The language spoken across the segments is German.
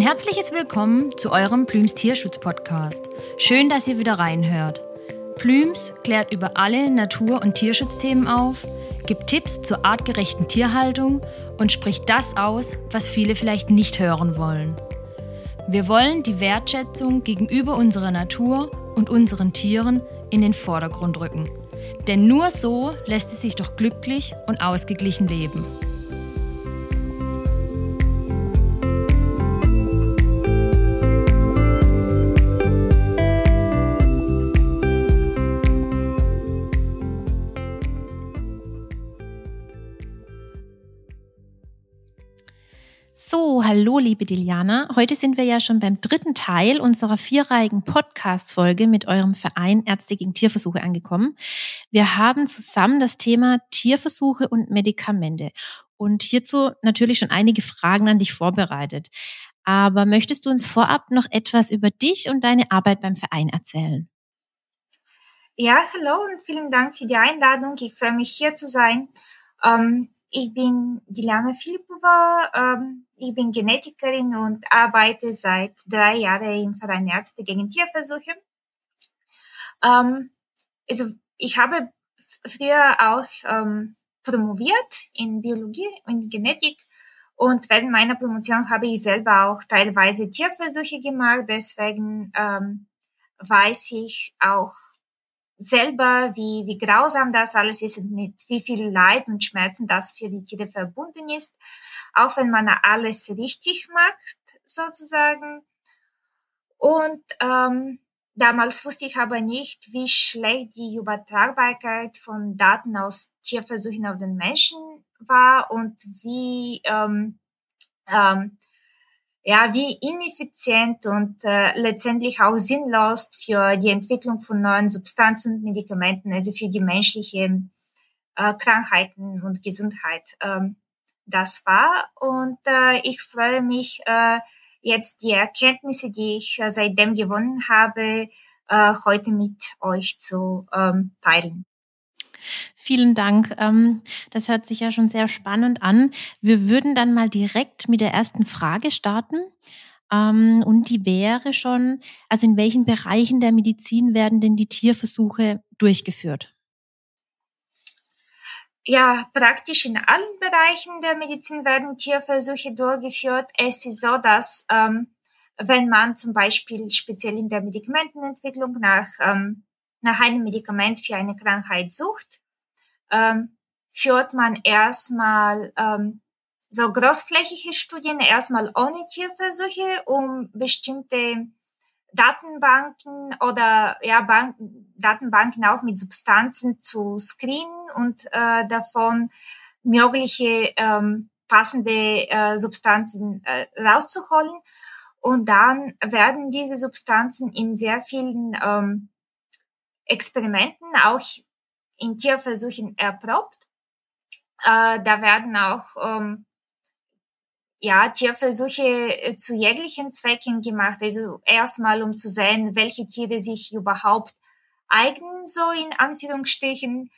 herzliches Willkommen zu eurem Plüms Tierschutz-Podcast. Schön, dass ihr wieder reinhört. Plüms klärt über alle Natur- und Tierschutzthemen auf, gibt Tipps zur artgerechten Tierhaltung und spricht das aus, was viele vielleicht nicht hören wollen. Wir wollen die Wertschätzung gegenüber unserer Natur und unseren Tieren in den Vordergrund rücken. Denn nur so lässt es sich doch glücklich und ausgeglichen leben. So, hallo liebe Diljana. Heute sind wir ja schon beim dritten Teil unserer vierreihigen Podcast-Folge mit eurem Verein Ärzte gegen Tierversuche angekommen. Wir haben zusammen das Thema Tierversuche und Medikamente und hierzu natürlich schon einige Fragen an dich vorbereitet. Aber möchtest du uns vorab noch etwas über dich und deine Arbeit beim Verein erzählen? Ja, hallo und vielen Dank für die Einladung. Ich freue mich, hier zu sein. Ich bin Diljana Filipova, ich bin Genetikerin und arbeite seit 3 Jahren im Verein Ärzte gegen Tierversuche. Also ich habe früher auch promoviert in Biologie und Genetik und während meiner Promotion habe ich selber auch teilweise Tierversuche gemacht. Deswegen weiß ich auch selber, wie grausam das alles ist und mit wie viel Leid und Schmerzen das für die Tiere verbunden ist, auch wenn man alles richtig macht, sozusagen. Und damals wusste ich aber nicht, wie schlecht die Übertragbarkeit von Daten aus Tierversuchen auf den Menschen war und wie wie ineffizient und letztendlich auch sinnlos für die Entwicklung von neuen Substanzen und Medikamenten, also für die menschliche Krankheiten und Gesundheit das war. Und ich freue mich, jetzt die Erkenntnisse, die ich seitdem gewonnen habe, heute mit euch zu teilen. Vielen Dank. Das hört sich ja schon sehr spannend an. Wir würden dann mal direkt mit der ersten Frage starten. Und die wäre schon, also in welchen Bereichen der Medizin werden denn die Tierversuche durchgeführt? Ja, praktisch in allen Bereichen der Medizin werden Tierversuche durchgeführt. Es ist so, dass wenn man zum Beispiel speziell in der Medikamentenentwicklung nach einem Medikament für eine Krankheit sucht, führt man erstmal so großflächige Studien, erstmal ohne Tierversuche, um bestimmte Datenbanken oder Datenbanken auch mit Substanzen zu screenen und davon mögliche passende Substanzen rauszuholen. Und dann werden diese Substanzen in sehr vielen Experimenten, auch in Tierversuchen erprobt. Da werden auch Tierversuche zu jeglichen Zwecken gemacht. Also erstmal, um zu sehen, welche Tiere sich überhaupt eignen, so in Anführungsstrichen.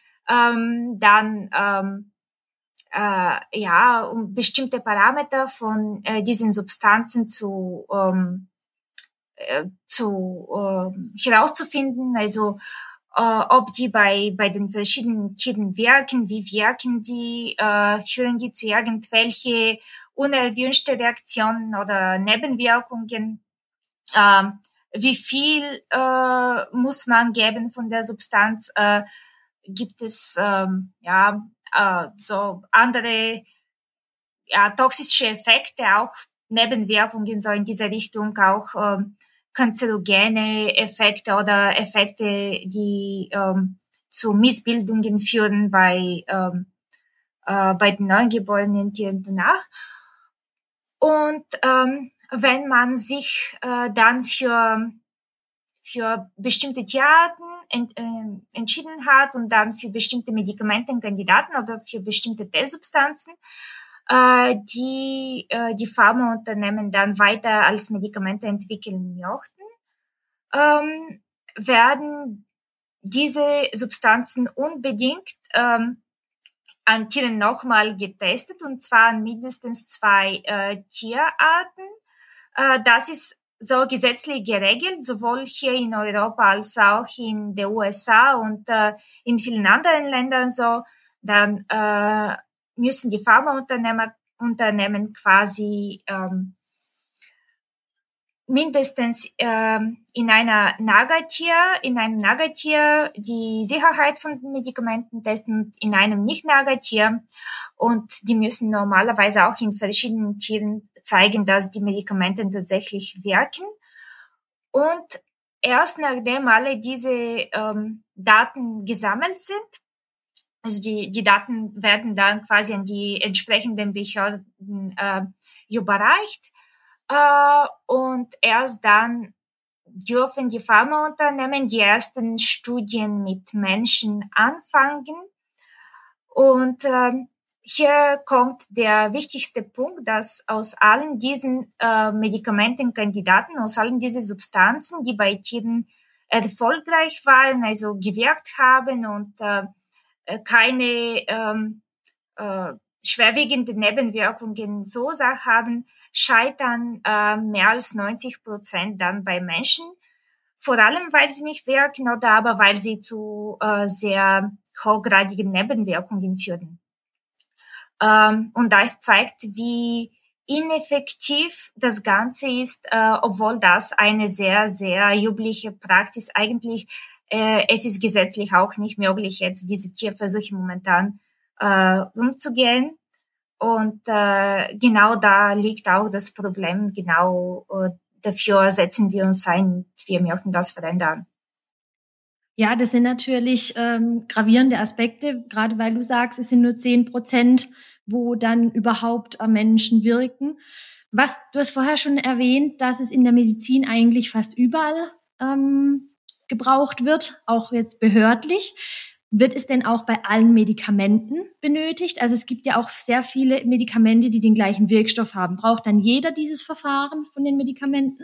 Um bestimmte Parameter von diesen Substanzen herauszufinden. Also ob die bei den verschiedenen Tieren wirken, wie wirken die, führen die zu irgendwelche unerwünschte Reaktionen oder Nebenwirkungen, wie viel muss man geben von der Substanz, gibt es so andere toxische Effekte, auch Nebenwirkungen so in dieser Richtung, auch kanzerogene Effekte oder Effekte, die zu Missbildungen führen bei den neugeborenen Tieren danach. Und wenn man sich dann für bestimmte Tierarten entschieden hat und dann für bestimmte Medikamentenkandidaten oder für bestimmte Testsubstanzen, die Pharmaunternehmen dann weiter als Medikamente entwickeln möchten, werden diese Substanzen unbedingt an Tieren nochmal getestet, und zwar an mindestens 2 Tierarten, Das ist so gesetzlich geregelt, sowohl hier in Europa als auch in den USA und in vielen anderen Ländern so. Dann müssen die Pharmaunternehmen quasi mindestens in einem Nagetier die Sicherheit von Medikamenten testen, in einem Nicht-Nagetier. Und die müssen normalerweise auch in verschiedenen Tieren zeigen, dass die Medikamente tatsächlich wirken. Und erst nachdem alle diese Daten gesammelt sind, also die Daten werden dann quasi an die entsprechenden Behörden überreicht. Und erst dann dürfen die Pharmaunternehmen die ersten Studien mit Menschen anfangen. Und hier kommt der wichtigste Punkt, dass aus allen diesen Medikamentenkandidaten, aus allen diesen Substanzen, die bei Tieren erfolgreich waren, also gewirkt haben und keine schwerwiegende Nebenwirkungen verursacht haben, scheitern mehr als 90% dann bei Menschen. Vor allem, weil sie nicht wirken oder aber weil sie zu sehr hochgradigen Nebenwirkungen führen. Und das zeigt, wie ineffektiv das Ganze ist, obwohl das eine sehr, sehr übliche Praxis eigentlich, es ist gesetzlich auch nicht möglich, jetzt diese Tierversuche momentan umzugehen. Und genau da liegt auch das Problem. Genau dafür setzen wir uns ein und wir möchten das verändern. Ja, das sind natürlich gravierende Aspekte, gerade weil du sagst, es sind nur 10%, wo dann überhaupt am Menschen wirken. Du hast vorher schon erwähnt, dass es in der Medizin eigentlich fast überall gebraucht wird, auch jetzt behördlich. Wird es denn auch bei allen Medikamenten benötigt? Also es gibt ja auch sehr viele Medikamente, die den gleichen Wirkstoff haben. Braucht dann jeder dieses Verfahren von den Medikamenten?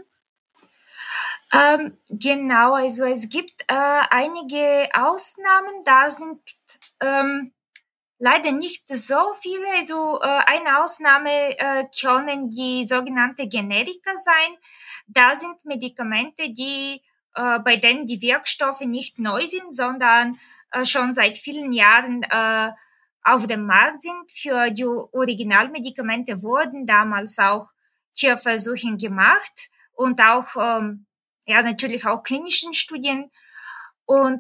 Genau, also es gibt einige Ausnahmen, da sind leider nicht so viele. Also eine Ausnahme können die sogenannte Generika sein. Da sind Medikamente, die bei denen die Wirkstoffe nicht neu sind, sondern schon seit vielen Jahren auf dem Markt sind. Für die Originalmedikamente wurden damals auch Tierversuche gemacht und auch ja natürlich auch klinischen Studien und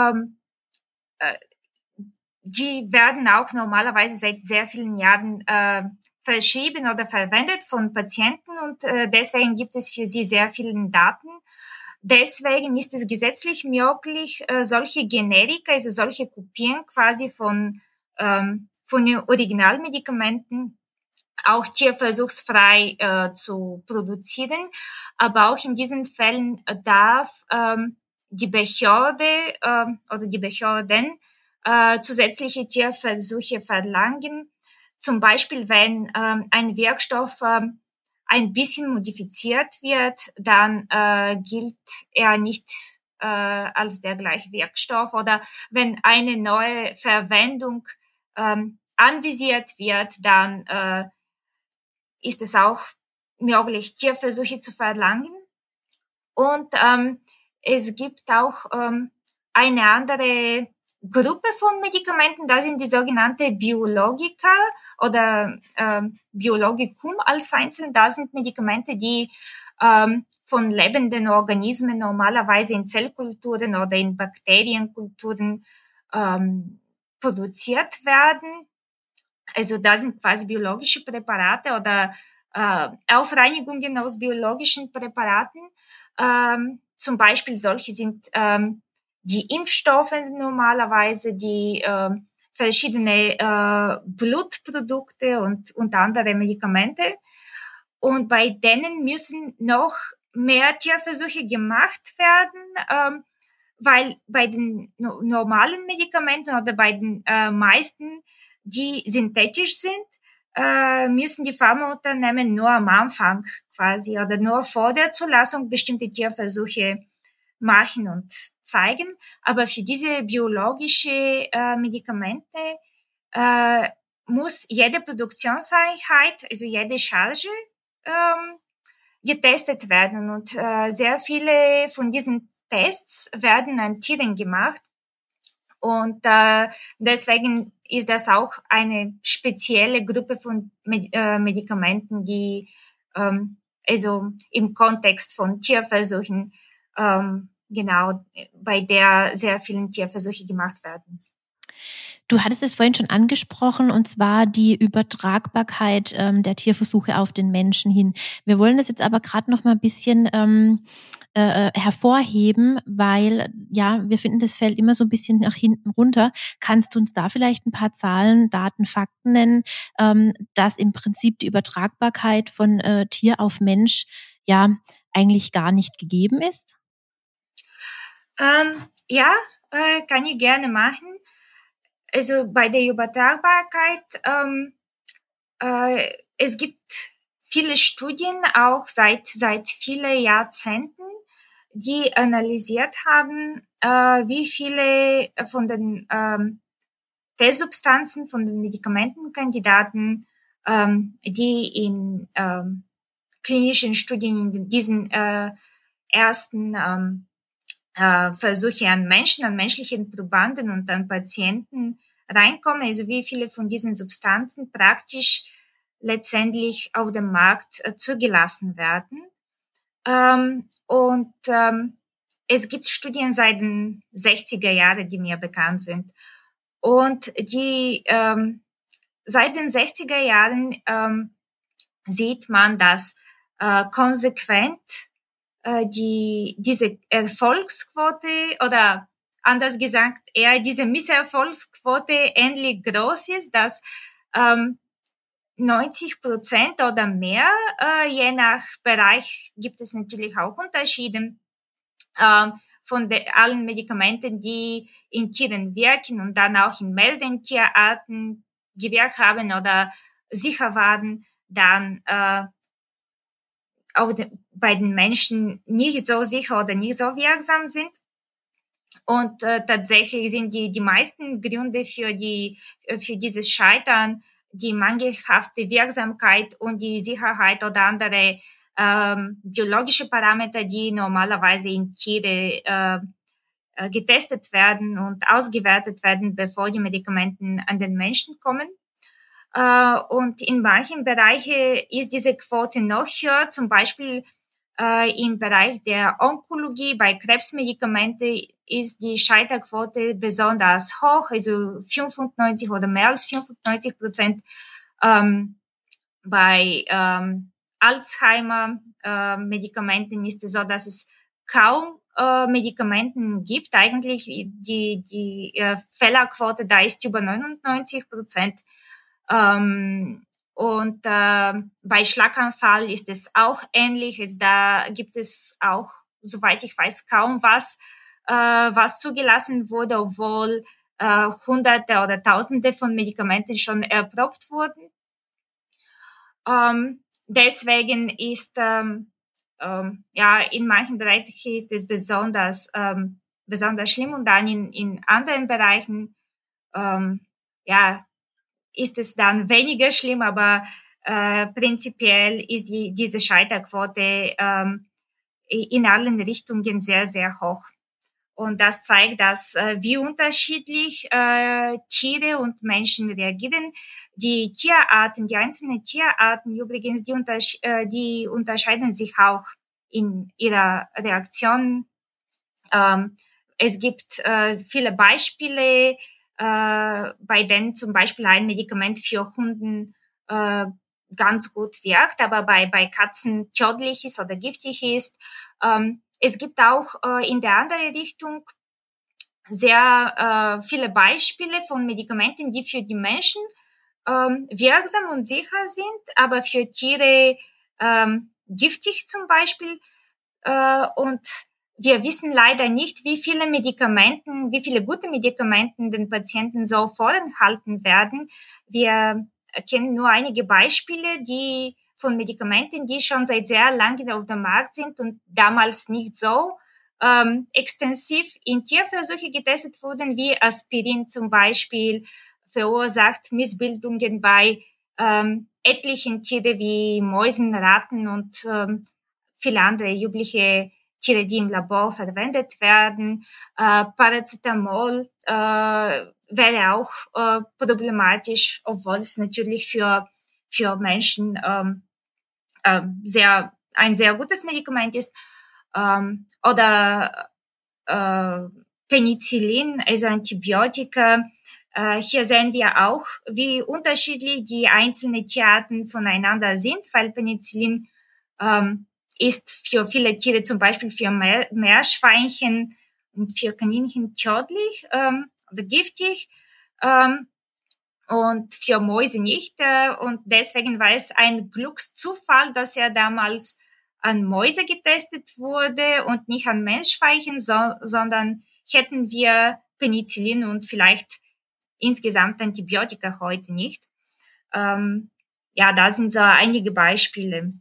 die werden auch normalerweise seit sehr vielen Jahren verschrieben oder verwendet von Patienten und deswegen gibt es für sie sehr viele Daten. Deswegen ist es gesetzlich möglich, solche Generika, also solche Kopien quasi von den Originalmedikamenten auch tierversuchsfrei zu produzieren. Aber auch in diesen Fällen darf die Behörde oder die Behörden zusätzliche Tierversuche verlangen. Zum Beispiel, wenn ein Wirkstoff ein bisschen modifiziert wird, dann gilt er nicht als der gleiche Wirkstoff. Oder wenn eine neue Verwendung anvisiert wird, dann ist es auch möglich, Tierversuche zu verlangen. Und es gibt auch eine andere Gruppe von Medikamenten, das sind die sogenannte Biologika oder Biologicum als Einzelne. Das sind Medikamente, die von lebenden Organismen normalerweise in Zellkulturen oder in Bakterienkulturen produziert werden. Also das sind quasi biologische Präparate oder Aufreinigungen aus biologischen Präparaten. Zum Beispiel solche sind die Impfstoffe normalerweise, die verschiedene Blutprodukte und andere Medikamente. Und bei denen müssen noch mehr Tierversuche gemacht werden, weil bei den normalen Medikamenten oder bei den meisten, die synthetisch sind, müssen die Pharmaunternehmen nur am Anfang quasi oder nur vor der Zulassung bestimmte Tierversuche machen und zeigen. Aber für diese biologische Medikamente muss jede Produktionseinheit, also jede Charge getestet werden. Und sehr viele von diesen Tests werden an Tieren gemacht. Und deswegen ist das auch eine spezielle Gruppe von Medikamenten, die also im Kontext von Tierversuchen genau bei der sehr vielen Tierversuche gemacht werden. Du hattest es vorhin schon angesprochen, und zwar die Übertragbarkeit der Tierversuche auf den Menschen hin. Wir wollen das jetzt aber gerade noch mal ein bisschen hervorheben, weil ja, wir finden, das fällt immer so ein bisschen nach hinten runter. Kannst du uns da vielleicht ein paar Zahlen, Daten, Fakten nennen, dass im Prinzip die Übertragbarkeit von Tier auf Mensch ja eigentlich gar nicht gegeben ist? Ja, kann ich gerne machen. Also bei der Übertragbarkeit, es gibt viele Studien, auch seit vielen Jahrzehnten, die analysiert haben, wie viele von den Testsubstanzen, von den Medikamentenkandidaten, die in klinischen Studien in diesen ersten Versuche an Menschen, an menschlichen Probanden und an Patienten reinkommen, also wie viele von diesen Substanzen praktisch letztendlich auf dem Markt zugelassen werden. Es gibt Studien seit den 60er Jahren, die mir bekannt sind. Und die seit den 60er Jahren sieht man, dass konsequent diese Erfolgsquote oder anders gesagt eher diese Misserfolgsquote ähnlich groß ist, dass 90% oder mehr, je nach Bereich gibt es natürlich auch Unterschiede, von allen Medikamenten, die in Tieren wirken und dann auch in mehreren Tierarten gewirkt haben oder sicher waren, dann bei den Menschen nicht so sicher oder nicht so wirksam sind. Und tatsächlich sind die meisten Gründe für dieses Scheitern die mangelhafte Wirksamkeit und die Sicherheit oder andere biologische Parameter, die normalerweise in Tiere getestet werden und ausgewertet werden, bevor die Medikamente an den Menschen kommen. Und in manchen Bereichen ist diese Quote noch höher, zum Beispiel im Bereich der Onkologie, bei Krebsmedikamenten ist die Scheiterquote besonders hoch, also 95 oder mehr als 95%. Bei Alzheimer-Medikamenten ist es so, dass es kaum Medikamenten gibt. Eigentlich die Fehlerquote da ist über 99%. Bei Schlaganfall ist es auch ähnlich. Da gibt es auch, soweit ich weiß, kaum was zugelassen wurde, obwohl Hunderte oder Tausende von Medikamenten schon erprobt wurden. Deswegen ist in manchen Bereichen ist es besonders schlimm und dann in anderen Bereichen ist es dann weniger schlimm, aber prinzipiell ist diese Scheiterquote in allen Richtungen sehr, sehr hoch. Und das zeigt, dass wie unterschiedlich Tiere und Menschen reagieren. Die einzelnen Tierarten übrigens, die unterscheiden sich auch in ihrer Reaktion. Es gibt viele Beispiele, bei denen zum Beispiel ein Medikament für Hunden ganz gut wirkt, aber bei Katzen tödlich ist oder giftig ist. Es gibt auch in der anderen Richtung sehr viele Beispiele von Medikamenten, die für die Menschen wirksam und sicher sind, aber für Tiere giftig zum Beispiel. Und wir wissen leider nicht, wie viele gute Medikamenten den Patienten so vorenthalten werden. Wir kennen nur einige Beispiele, von Medikamenten, die schon seit sehr langem auf dem Markt sind und damals nicht so extensiv in Tierversuche getestet wurden, wie Aspirin zum Beispiel verursacht Missbildungen bei etlichen Tieren wie Mäusen, Ratten und viele andere übliche Tiere, die im Labor verwendet werden. Paracetamol wäre auch problematisch, obwohl es natürlich für Menschen ein sehr gutes Medikament ist. Oder Penicillin, also Antibiotika. Hier sehen wir auch, wie unterschiedlich die einzelnen Tierarten voneinander sind, weil Penicillin ist für viele Tiere, zum Beispiel für Meerschweinchen und für Kaninchen tödlich oder giftig und für Mäuse nicht. Und deswegen war es ein Glückszufall, dass er damals an Mäuse getestet wurde und nicht an Meerschweinchen, sondern hätten wir Penicillin und vielleicht insgesamt Antibiotika heute nicht. Da sind so einige Beispiele.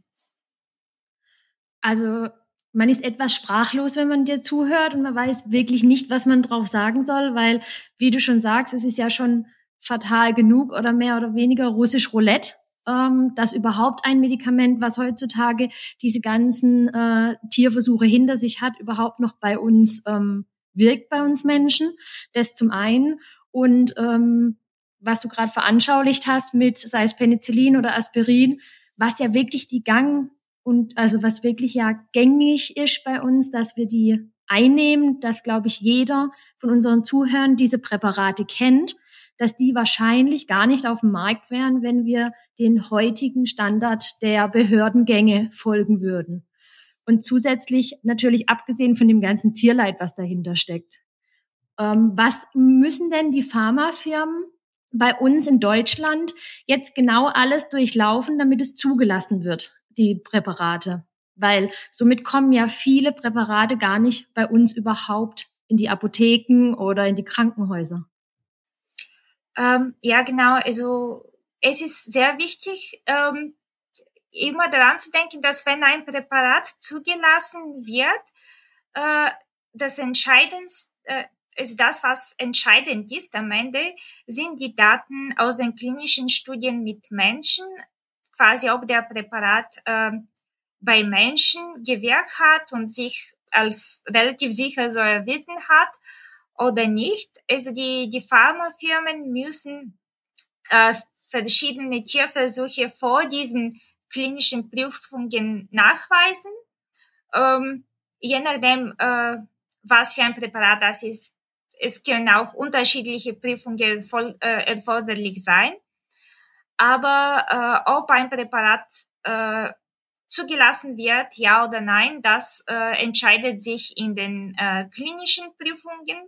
Also man ist etwas sprachlos, wenn man dir zuhört und man weiß wirklich nicht, was man drauf sagen soll, weil, wie du schon sagst, es ist ja schon fatal genug oder mehr oder weniger russisch Roulette, dass überhaupt ein Medikament, was heutzutage diese ganzen Tierversuche hinter sich hat, überhaupt noch bei uns wirkt, bei uns Menschen. Das zum einen. Und was du gerade veranschaulicht hast mit, sei es Penicillin oder Aspirin, was ja wirklich was wirklich ja gängig ist bei uns, dass wir die einnehmen, dass, glaube ich, jeder von unseren Zuhörern diese Präparate kennt, dass die wahrscheinlich gar nicht auf dem Markt wären, wenn wir den heutigen Standard der Behördengänge folgen würden. Und zusätzlich natürlich abgesehen von dem ganzen Tierleid, was dahinter steckt. Was müssen denn die Pharmafirmen bei uns in Deutschland jetzt genau alles durchlaufen, damit es zugelassen wird, die Präparate? Weil somit kommen ja viele Präparate gar nicht bei uns überhaupt in die Apotheken oder in die Krankenhäuser. Ja, genau. Also es ist sehr wichtig, immer daran zu denken, dass wenn ein Präparat zugelassen wird, das Entscheidendste, also das, was entscheidend ist am Ende, sind die Daten aus den klinischen Studien mit Menschen, quasi ob der Präparat bei Menschen gewirkt hat und sich als relativ sicher so erwiesen hat oder nicht. Also die Pharmafirmen müssen verschiedene Tierversuche vor diesen klinischen Prüfungen nachweisen. Je nachdem, was für ein Präparat das ist, es können auch unterschiedliche Prüfungen erforderlich sein. Aber ob ein Präparat zugelassen wird, ja oder nein, das entscheidet sich in den klinischen Prüfungen.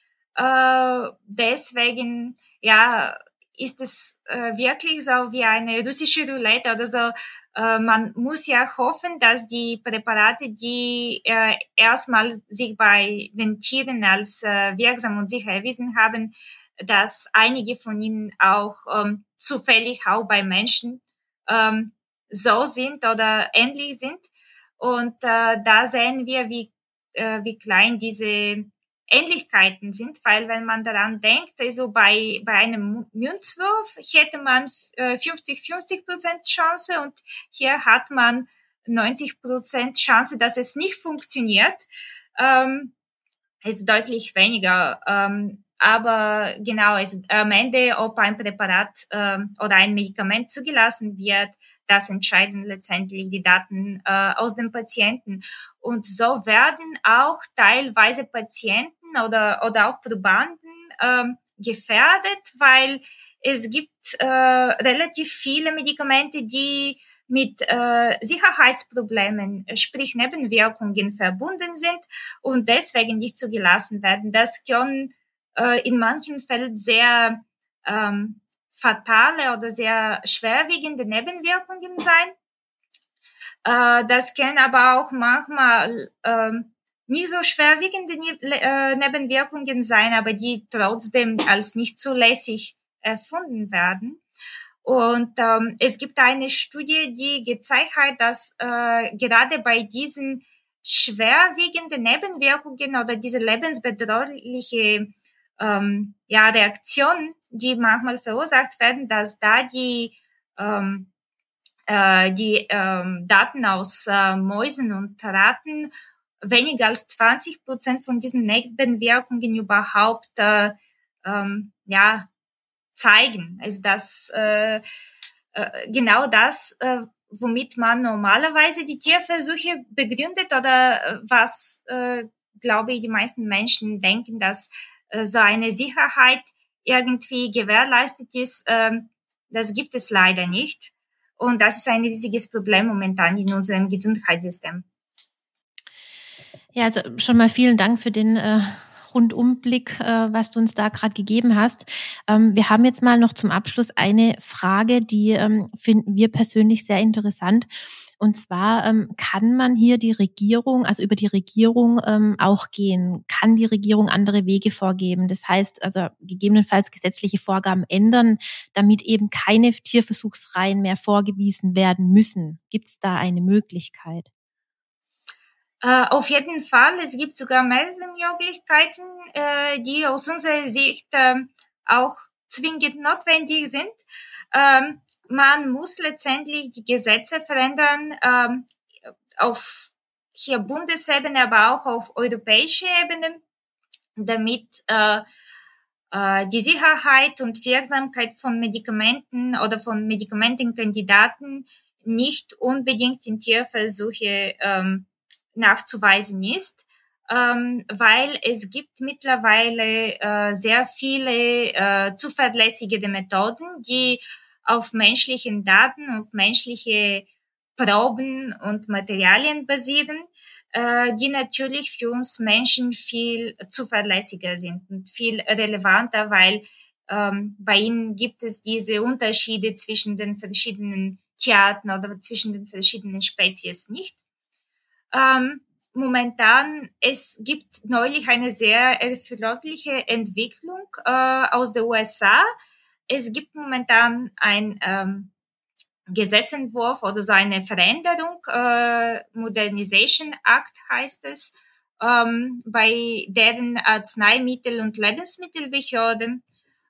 Deswegen, ja, ist es wirklich so wie eine russische Roulette oder so. Man muss ja hoffen, dass die Präparate, die erstmal sich bei den Tieren als wirksam und sicher erwiesen haben, dass einige von ihnen auch zufällig auch bei Menschen so sind oder ähnlich sind. Und da sehen wir, wie klein diese Ähnlichkeiten sind, weil wenn man daran denkt, also bei einem Münzwurf hätte man 50% Chance und hier hat man 90% Chance, dass es nicht funktioniert. Ist deutlich weniger. Aber genau, also am Ende, ob ein Präparat oder ein Medikament zugelassen wird, das entscheiden letztendlich die Daten aus dem Patienten. Und so werden auch teilweise Patienten oder auch Probanden gefährdet, weil es gibt relativ viele Medikamente, die mit Sicherheitsproblemen, sprich Nebenwirkungen verbunden sind und deswegen nicht zugelassen werden. Das können in manchen Fällen sehr fatale oder sehr schwerwiegende Nebenwirkungen sein. Das können aber auch manchmal nicht so schwerwiegende Nebenwirkungen sein, aber die trotzdem als nicht zulässig erfunden werden. Und es gibt eine Studie, die gezeigt hat, dass gerade bei diesen schwerwiegenden Nebenwirkungen oder diese lebensbedrohliche Reaktionen, die manchmal verursacht werden, dass da die die Daten aus Mäusen und Ratten weniger als 20% von diesen Nebenwirkungen überhaupt zeigen. Also das genau das, womit man normalerweise die Tierversuche begründet oder was, glaube ich, die meisten Menschen denken, dass so eine Sicherheit irgendwie gewährleistet ist, das gibt es leider nicht. Und das ist ein riesiges Problem momentan in unserem Gesundheitssystem. Ja, also schon mal vielen Dank für den Rundumblick, was du uns da gerade gegeben hast. Wir haben jetzt mal noch zum Abschluss eine Frage, die finden wir persönlich sehr interessant. Und zwar kann man hier die Regierung, also über die Regierung auch gehen? Kann die Regierung andere Wege vorgeben? Das heißt, also gegebenenfalls gesetzliche Vorgaben ändern, damit eben keine Tierversuchsreihen mehr vorgewiesen werden müssen. Gibt es da eine Möglichkeit? Auf jeden Fall. Es gibt sogar mehrere Möglichkeiten, die aus unserer Sicht auch zwingend notwendig sind. Man muss letztendlich die Gesetze verändern, auf hier Bundesebene, aber auch auf europäischer Ebene, damit die Sicherheit und Wirksamkeit von Medikamenten oder von Medikamentenkandidaten nicht unbedingt in Tierversuche nachzuweisen ist, weil es gibt mittlerweile sehr viele zuverlässige Methoden, die auf menschlichen Daten, auf menschliche Proben und Materialien basieren, die natürlich für uns Menschen viel zuverlässiger sind und viel relevanter, weil bei ihnen gibt es diese Unterschiede zwischen den verschiedenen Tierarten oder zwischen den verschiedenen Spezies nicht. Momentan, es gibt neulich eine sehr erfreuliche Entwicklung aus den USA. Es gibt momentan ein Gesetzentwurf oder so eine Veränderung, Modernization Act heißt es, bei deren Arzneimittel- und Lebensmittelbehörden,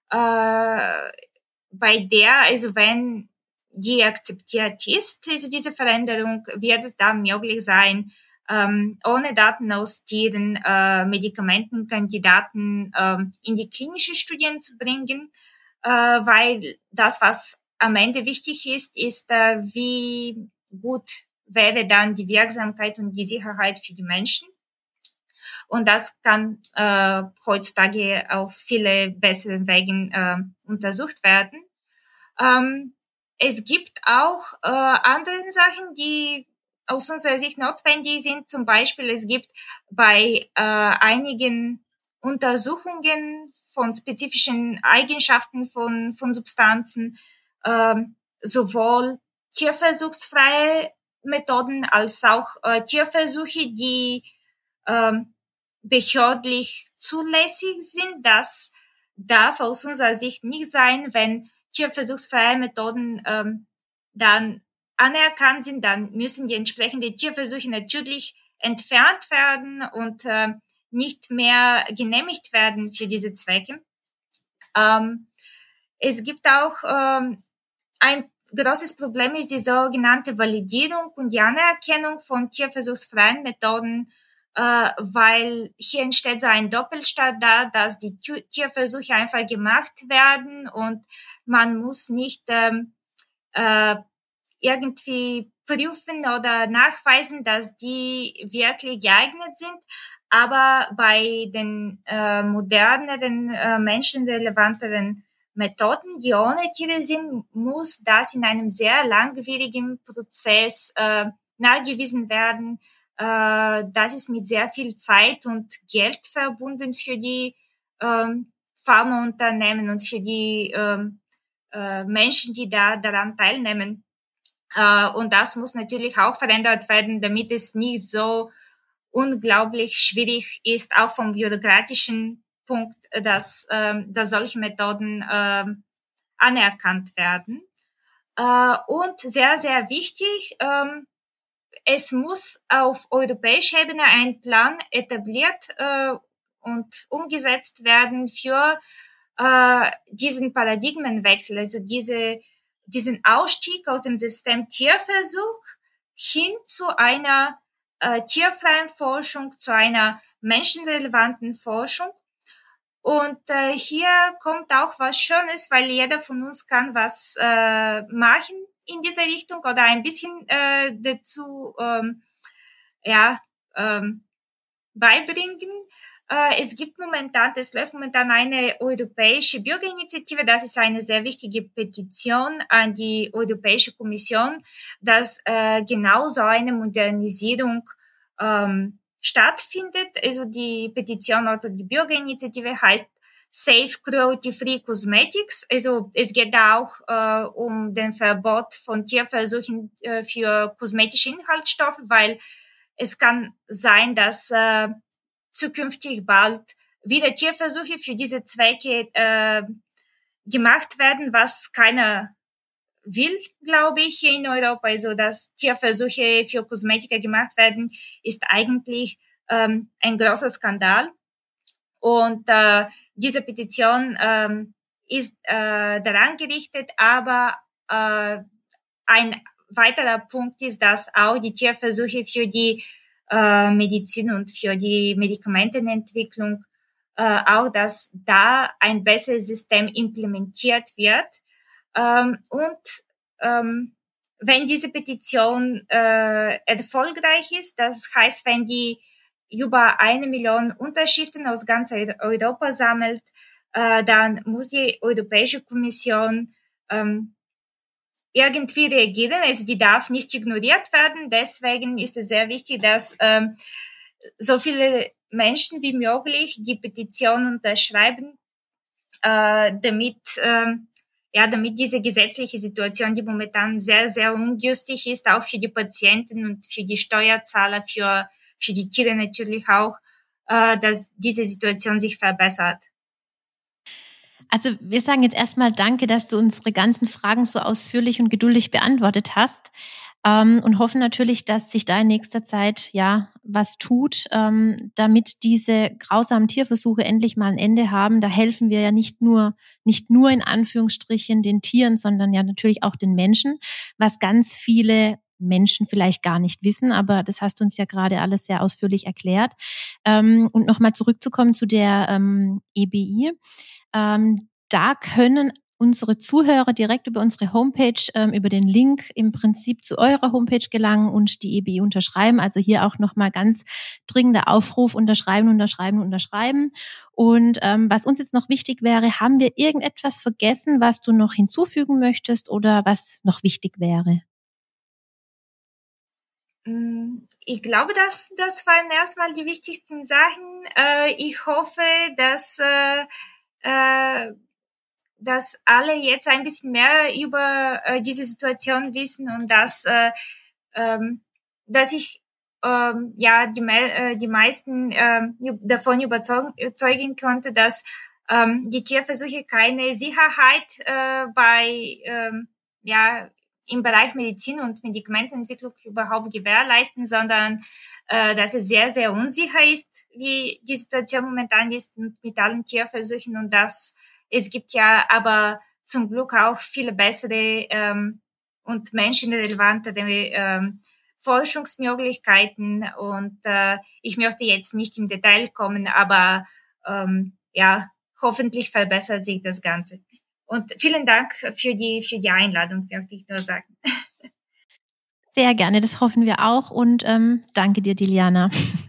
bei der, also wenn die akzeptiert ist, also diese Veränderung, wird es dann möglich sein, ohne Daten aus Tieren Medikamentenkandidaten in die klinische Studien zu bringen, weil das, was am Ende wichtig ist, wie gut wäre dann die Wirksamkeit und die Sicherheit für die Menschen. Und das kann heutzutage auf viele besseren Wegen untersucht werden. Es gibt auch andere Sachen, die aus unserer Sicht notwendig sind. Zum Beispiel, es gibt bei einigen Untersuchungen von spezifischen Eigenschaften von Substanzen sowohl tierversuchsfreie Methoden als auch Tierversuche, die behördlich zulässig sind. Das darf aus unserer Sicht nicht sein, wenn tierversuchsfreie Methoden dann anerkannt sind, dann müssen die entsprechenden Tierversuche natürlich entfernt werden und nicht mehr genehmigt werden für diese Zwecke. Es gibt auch ein großes Problem ist die sogenannte Validierung und die Anerkennung von tierversuchsfreien Methoden, weil hier entsteht so ein Doppelstandard, dass die Tierversuche einfach gemacht werden und man muss nicht irgendwie prüfen oder nachweisen, dass die wirklich geeignet sind. Aber bei den moderneren, menschenrelevanteren Methoden, die ohne Tiere sind, muss das in einem sehr langwierigen Prozess nachgewiesen werden. Das ist mit sehr viel Zeit und Geld verbunden für die Pharmaunternehmen und für die Menschen, die da daran teilnehmen. Und das muss natürlich auch verändert werden, damit es nicht so unglaublich schwierig ist, auch vom bürokratischen Punkt, dass solche Methoden anerkannt werden. Und sehr, sehr wichtig, es muss auf europäischer Ebene ein Plan etabliert und umgesetzt werden für diesen Paradigmenwechsel, also diese diesen Ausstieg aus dem System Tierversuch hin zu einer tierfreien Forschung, zu einer menschenrelevanten Forschung. Und hier kommt auch was Schönes, weil jeder von uns kann was machen in diese Richtung oder ein bisschen dazu beibringen. Es läuft momentan eine europäische Bürgerinitiative. Das ist eine sehr wichtige Petition an die Europäische Kommission, dass genau so eine Modernisierung stattfindet. Also die Petition oder die Bürgerinitiative heißt Safe Cruelty-Free Cosmetics. Also es geht da auch um den Verbot von Tierversuchen für kosmetische Inhaltsstoffe, weil es kann sein, dass zukünftig bald wieder Tierversuche für diese Zwecke gemacht werden, was keiner will, glaube ich, hier in Europa. Also, dass Tierversuche für Kosmetika gemacht werden, ist eigentlich ein großer Skandal. Und diese Petition ist daran gerichtet, aber ein weiterer Punkt ist, dass auch die Tierversuche für die Medizin und für die Medikamentenentwicklung auch, dass da ein besseres System implementiert wird. Wenn diese Petition erfolgreich ist, das heißt, wenn die über 1 Million Unterschriften aus ganz Europa sammelt, dann muss die Europäische Kommission irgendwie reagieren, also die darf nicht ignoriert werden. Deswegen ist es sehr wichtig, dass so viele Menschen wie möglich die Petition unterschreiben, damit diese gesetzliche Situation, die momentan sehr, sehr ungünstig ist, auch für die Patienten und für die Steuerzahler, für die Tiere natürlich auch, dass diese Situation sich verbessert. Also wir sagen jetzt erstmal Danke, dass du unsere ganzen Fragen so ausführlich und geduldig beantwortet hast und hoffen natürlich, dass sich da in nächster Zeit was tut, damit diese grausamen Tierversuche endlich mal ein Ende haben. Da helfen wir ja nicht nur in Anführungsstrichen den Tieren, sondern ja natürlich auch den Menschen, was ganz viele Menschen vielleicht gar nicht wissen, aber das hast du uns ja gerade alles sehr ausführlich erklärt. Und nochmal zurückzukommen zu der EBI. Da können unsere Zuhörer direkt über unsere Homepage, über den Link im Prinzip zu eurer Homepage gelangen und die EBI unterschreiben. Also hier auch nochmal ganz dringender Aufruf, unterschreiben. Und was uns jetzt noch wichtig wäre, haben wir irgendetwas vergessen, was du noch hinzufügen möchtest oder was noch wichtig wäre? Ich glaube, das waren erstmal die wichtigsten Sachen. Ich hoffe, dass alle jetzt ein bisschen mehr über diese Situation wissen und dass ich die meisten davon überzeugen konnte, dass die Tierversuche keine Sicherheit im Bereich Medizin und Medikamentenentwicklung überhaupt gewährleisten, sondern dass es sehr, sehr unsicher ist, wie die Situation momentan ist mit allen Tierversuchen und dass es gibt ja aber zum Glück auch viele bessere und menschenrelevantere Forschungsmöglichkeiten und ich möchte jetzt nicht im Detail kommen, aber hoffentlich verbessert sich das Ganze. Und vielen Dank für die Einladung, möchte ich nur sagen. Sehr gerne, das hoffen wir auch und danke dir, Diljana.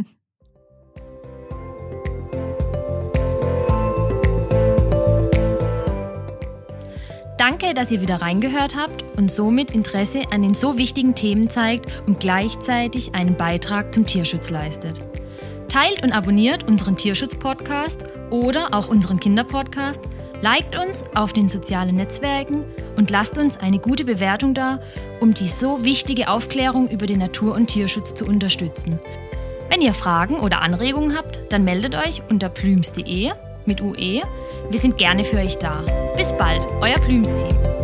Danke, dass ihr wieder reingehört habt und somit Interesse an den so wichtigen Themen zeigt und gleichzeitig einen Beitrag zum Tierschutz leistet. Teilt und abonniert unseren Tierschutz-Podcast oder auch unseren Kinderpodcast, liked uns auf den sozialen Netzwerken und lasst uns eine gute Bewertung da, um die so wichtige Aufklärung über den Natur- und Tierschutz zu unterstützen. Wenn ihr Fragen oder Anregungen habt, dann meldet euch unter plüms.de mit UE. Wir sind gerne für euch da. Bis bald, euer Plüms-Team.